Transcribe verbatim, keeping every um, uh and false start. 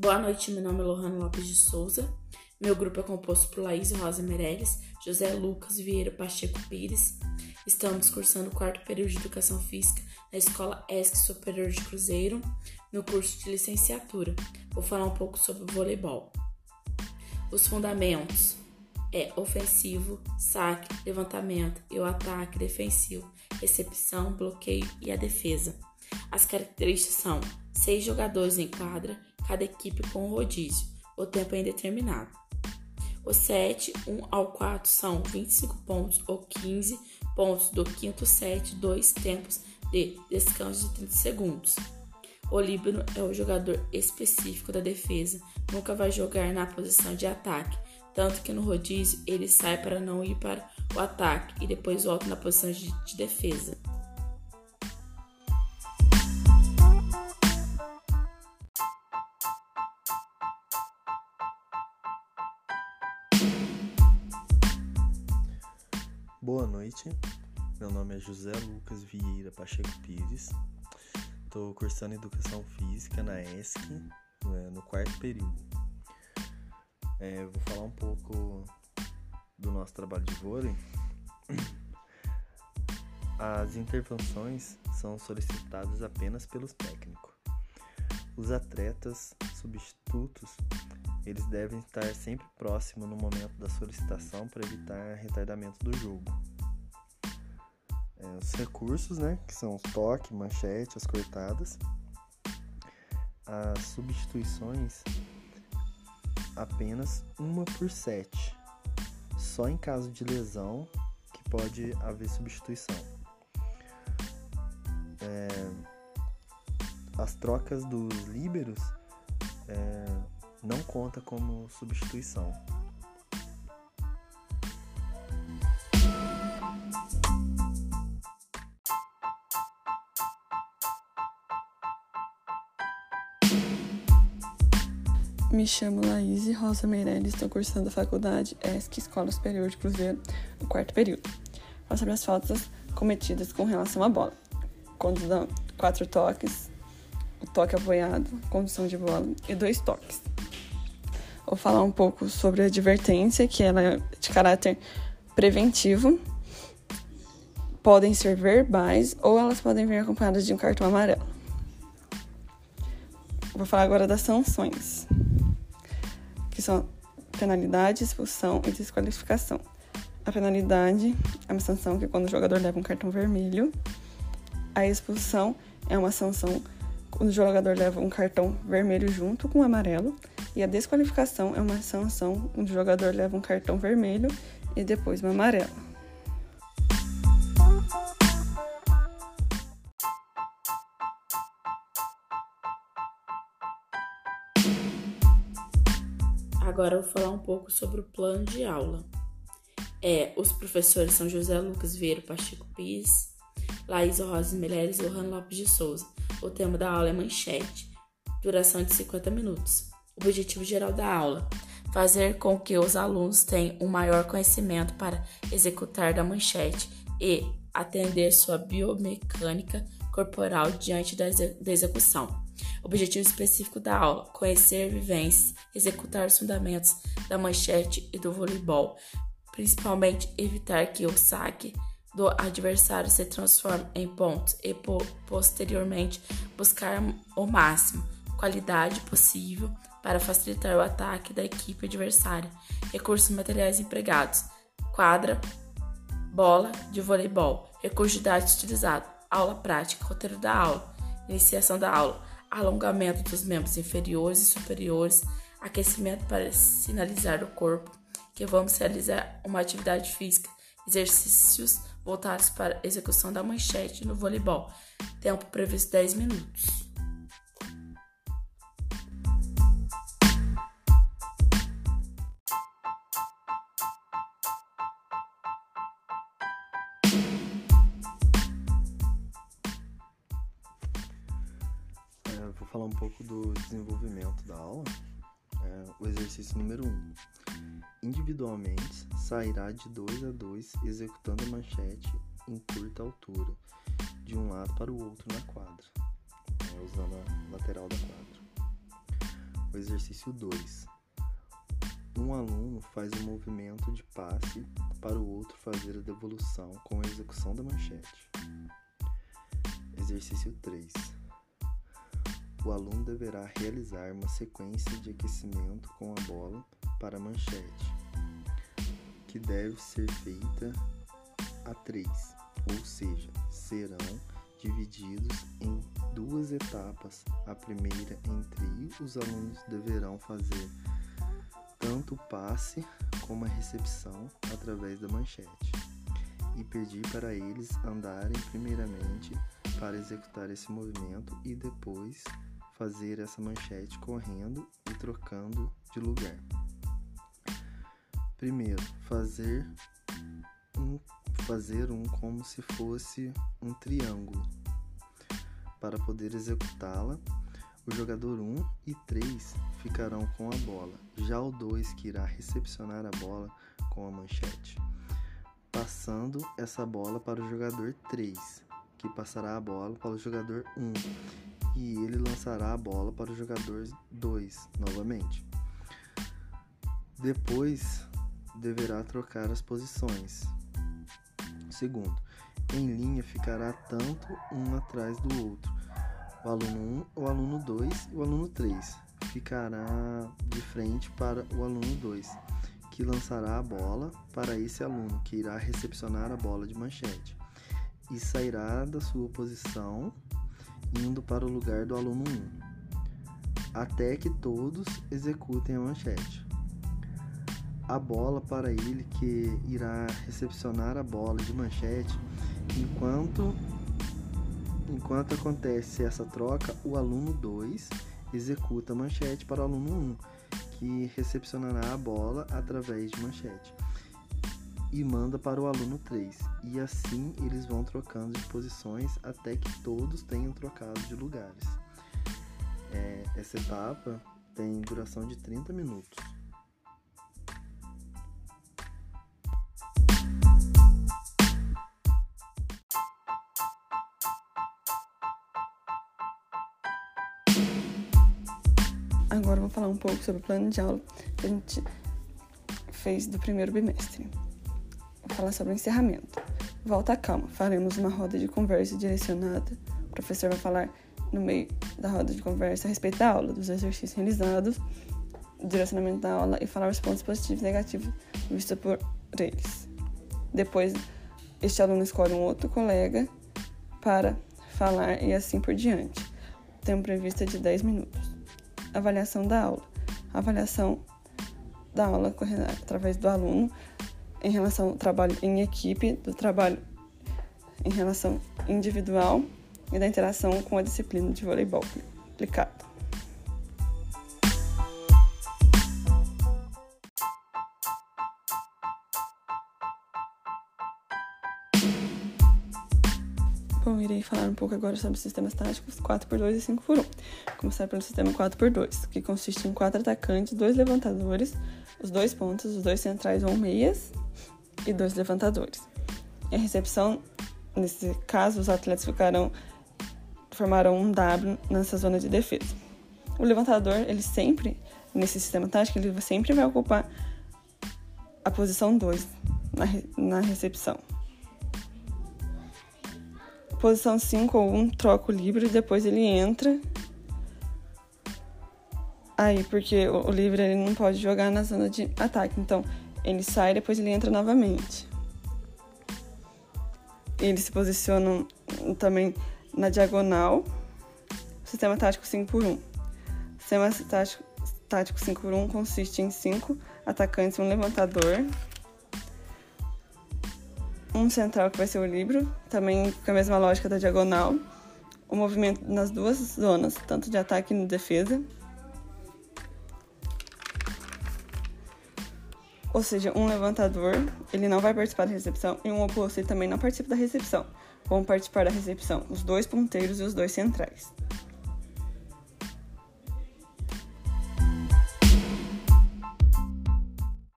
Boa noite, meu nome é Lohana Lopes de Souza. Meu grupo é composto por Laís Rosa Meirelles, José Lucas Vieira Pacheco Pires. Estamos cursando o quarto período de Educação Física na Escola ESC Superior de Cruzeiro, no curso de licenciatura. Vou falar um pouco sobre o voleibol. Os fundamentos é ofensivo, saque, levantamento e o ataque defensivo, recepção, bloqueio e a defesa. As características são seis jogadores em quadra, cada equipe com um rodízio. O tempo é indeterminado. Os sete, um ao quatro são vinte e cinco pontos ou quinze pontos do quinto set, dois tempos de descanso de trinta segundos. O líbero é o jogador específico da defesa, nunca vai jogar na posição de ataque, tanto que no rodízio ele sai para não ir para o ataque e depois volta na posição de, de defesa. Boa noite, meu nome é José Lucas Vieira Pacheco Pires, estou cursando Educação Física na ESC, né, no quarto período. É, vou falar um pouco do nosso trabalho de vôlei. As intervenções são solicitadas apenas pelos técnicos. Os atletas substitutos eles devem estar sempre próximos no momento da solicitação para evitar retardamento do jogo. É, os recursos, né, que são os toque, manchete, as cortadas. As substituições, apenas uma por set. Só em caso de lesão que pode haver substituição. É, as trocas dos líberos é, não conta como substituição. Me chamo Laís Rosa Meirelles, estou cursando a faculdade ESC Escola Superior de Cruzeiro, no quarto período. Falo sobre as faltas cometidas com relação à bola. Quando dão quatro toques, o toque apoiado, condução de bola e dois toques. Vou falar um pouco sobre a advertência, que ela é de caráter preventivo. Podem ser verbais ou elas podem vir acompanhadas de um cartão amarelo. Vou falar agora das sanções, que são penalidade, expulsão e desqualificação. A penalidade é uma sanção que é quando o jogador leva um cartão vermelho. A expulsão é uma sanção quando o jogador leva um cartão vermelho junto com o amarelo. E a desqualificação é uma sanção onde o jogador leva um cartão vermelho e depois um amarelo. Agora eu vou falar um pouco sobre o plano de aula. É, os professores são José Lucas Vieira Pacheco Pires, Laís Rosa Meirelles e Lohana Lopes de Souza. O tema da aula é manchete, duração de cinquenta minutos. O objetivo geral da aula: fazer com que os alunos tenham um maior conhecimento para executar da manchete e atender sua biomecânica corporal diante da execução. Objetivo específico da aula: conhecer vivências, executar os fundamentos da manchete e do voleibol, principalmente evitar que o saque do adversário se transforme em pontos e posteriormente buscar o máximo qualidade possível para facilitar o ataque da equipe adversária. Recursos materiais empregados: quadra, bola de voleibol. Recurso didático utilizado: aula prática, roteiro da aula, iniciação da aula, alongamento dos membros inferiores e superiores, aquecimento para sinalizar o corpo que vamos realizar uma atividade física, exercícios voltados para a execução da manchete no voleibol. Tempo previsto dez minutos. Vou falar um pouco do desenvolvimento da aula. É, o exercício número um. Individualmente, sairá de dois a dois executando a manchete em curta altura, de um lado para o outro na quadra, é, usando a lateral da quadra. O exercício dois. Um aluno faz um movimento de passe para o outro fazer a devolução com a execução da manchete. Exercício três. O aluno deverá realizar uma sequência de aquecimento com a bola para a manchete, que deve ser feita a três, ou seja, serão divididos em duas etapas. A primeira em trio, os alunos deverão fazer tanto o passe como a recepção através da manchete, e pedir para eles andarem primeiramente para executar esse movimento e depois fazer essa manchete correndo e trocando de lugar. Primeiro, fazer um, fazer um como se fosse um triângulo. Para poder executá-la, o jogador um e três ficarão com a bola, já o dois que irá recepcionar a bola com a manchete, passando essa bola para o jogador três, que passará a bola para o jogador um, e ele lançará a bola para o jogador dois novamente. Depois, deverá trocar as posições. Segundo, em linha ficará tanto um atrás do outro. O aluno um, o aluno dois e o aluno três ficará de frente para o aluno dois, que lançará a bola para esse aluno, que irá recepcionar a bola de manchete, e sairá da sua posição indo para o lugar do aluno um, até que todos executem a manchete. A bola para ele, que irá recepcionar a bola de manchete. Enquanto, enquanto acontece essa troca, o aluno dois executa a manchete para o aluno um, que recepcionará a bola através de manchete, e manda para o aluno três. E assim eles vão trocando de posições até que todos tenham trocado de lugares. É, essa etapa tem duração de trinta minutos. Agora eu vou falar um pouco sobre o plano de aula que a gente fez do primeiro bimestre. Vou falar sobre o encerramento. Volta à calma. Faremos uma roda de conversa direcionada. O professor vai falar no meio da roda de conversa a respeito da aula, dos exercícios realizados, do direcionamento da aula, e falar os pontos positivos e negativos vistos por eles. Depois, este aluno escolhe um outro colega para falar e assim por diante. O tempo previsto é de dez minutos. Avaliação da aula. A avaliação da aula ocorre através do aluno em relação ao trabalho em equipe, do trabalho em relação individual e da interação com a disciplina de voleibol aplicado. Bom, irei falar um pouco agora sobre sistemas táticos quatro por dois e cinco por um. Vou começar pelo sistema quatro por dois, que consiste em quatro atacantes, dois levantadores, os dois pontas, os dois centrais ou meias e dois levantadores. E a recepção, nesse caso, os atletas ficarão, formarão um W nessa zona de defesa. O levantador, ele sempre, nesse sistema tático, ele sempre vai ocupar a posição dois na, na recepção. Posição cinco ou um, troca o livre e depois ele entra. Aí, porque o, o livre ele não pode jogar na zona de ataque, então ele sai e depois ele entra novamente. Eles se posicionam também na diagonal. Sistema tático cinco por um. O sistema tático, tático cinco por um consiste em cinco atacantes e um levantador. Um central que vai ser o líbero, também com a mesma lógica da diagonal. O movimento nas duas zonas, tanto de ataque e de defesa. Ou seja, um levantador, ele não vai participar da recepção, e um oposto, ele também não participa da recepção. Vão participar da recepção os dois ponteiros e os dois centrais.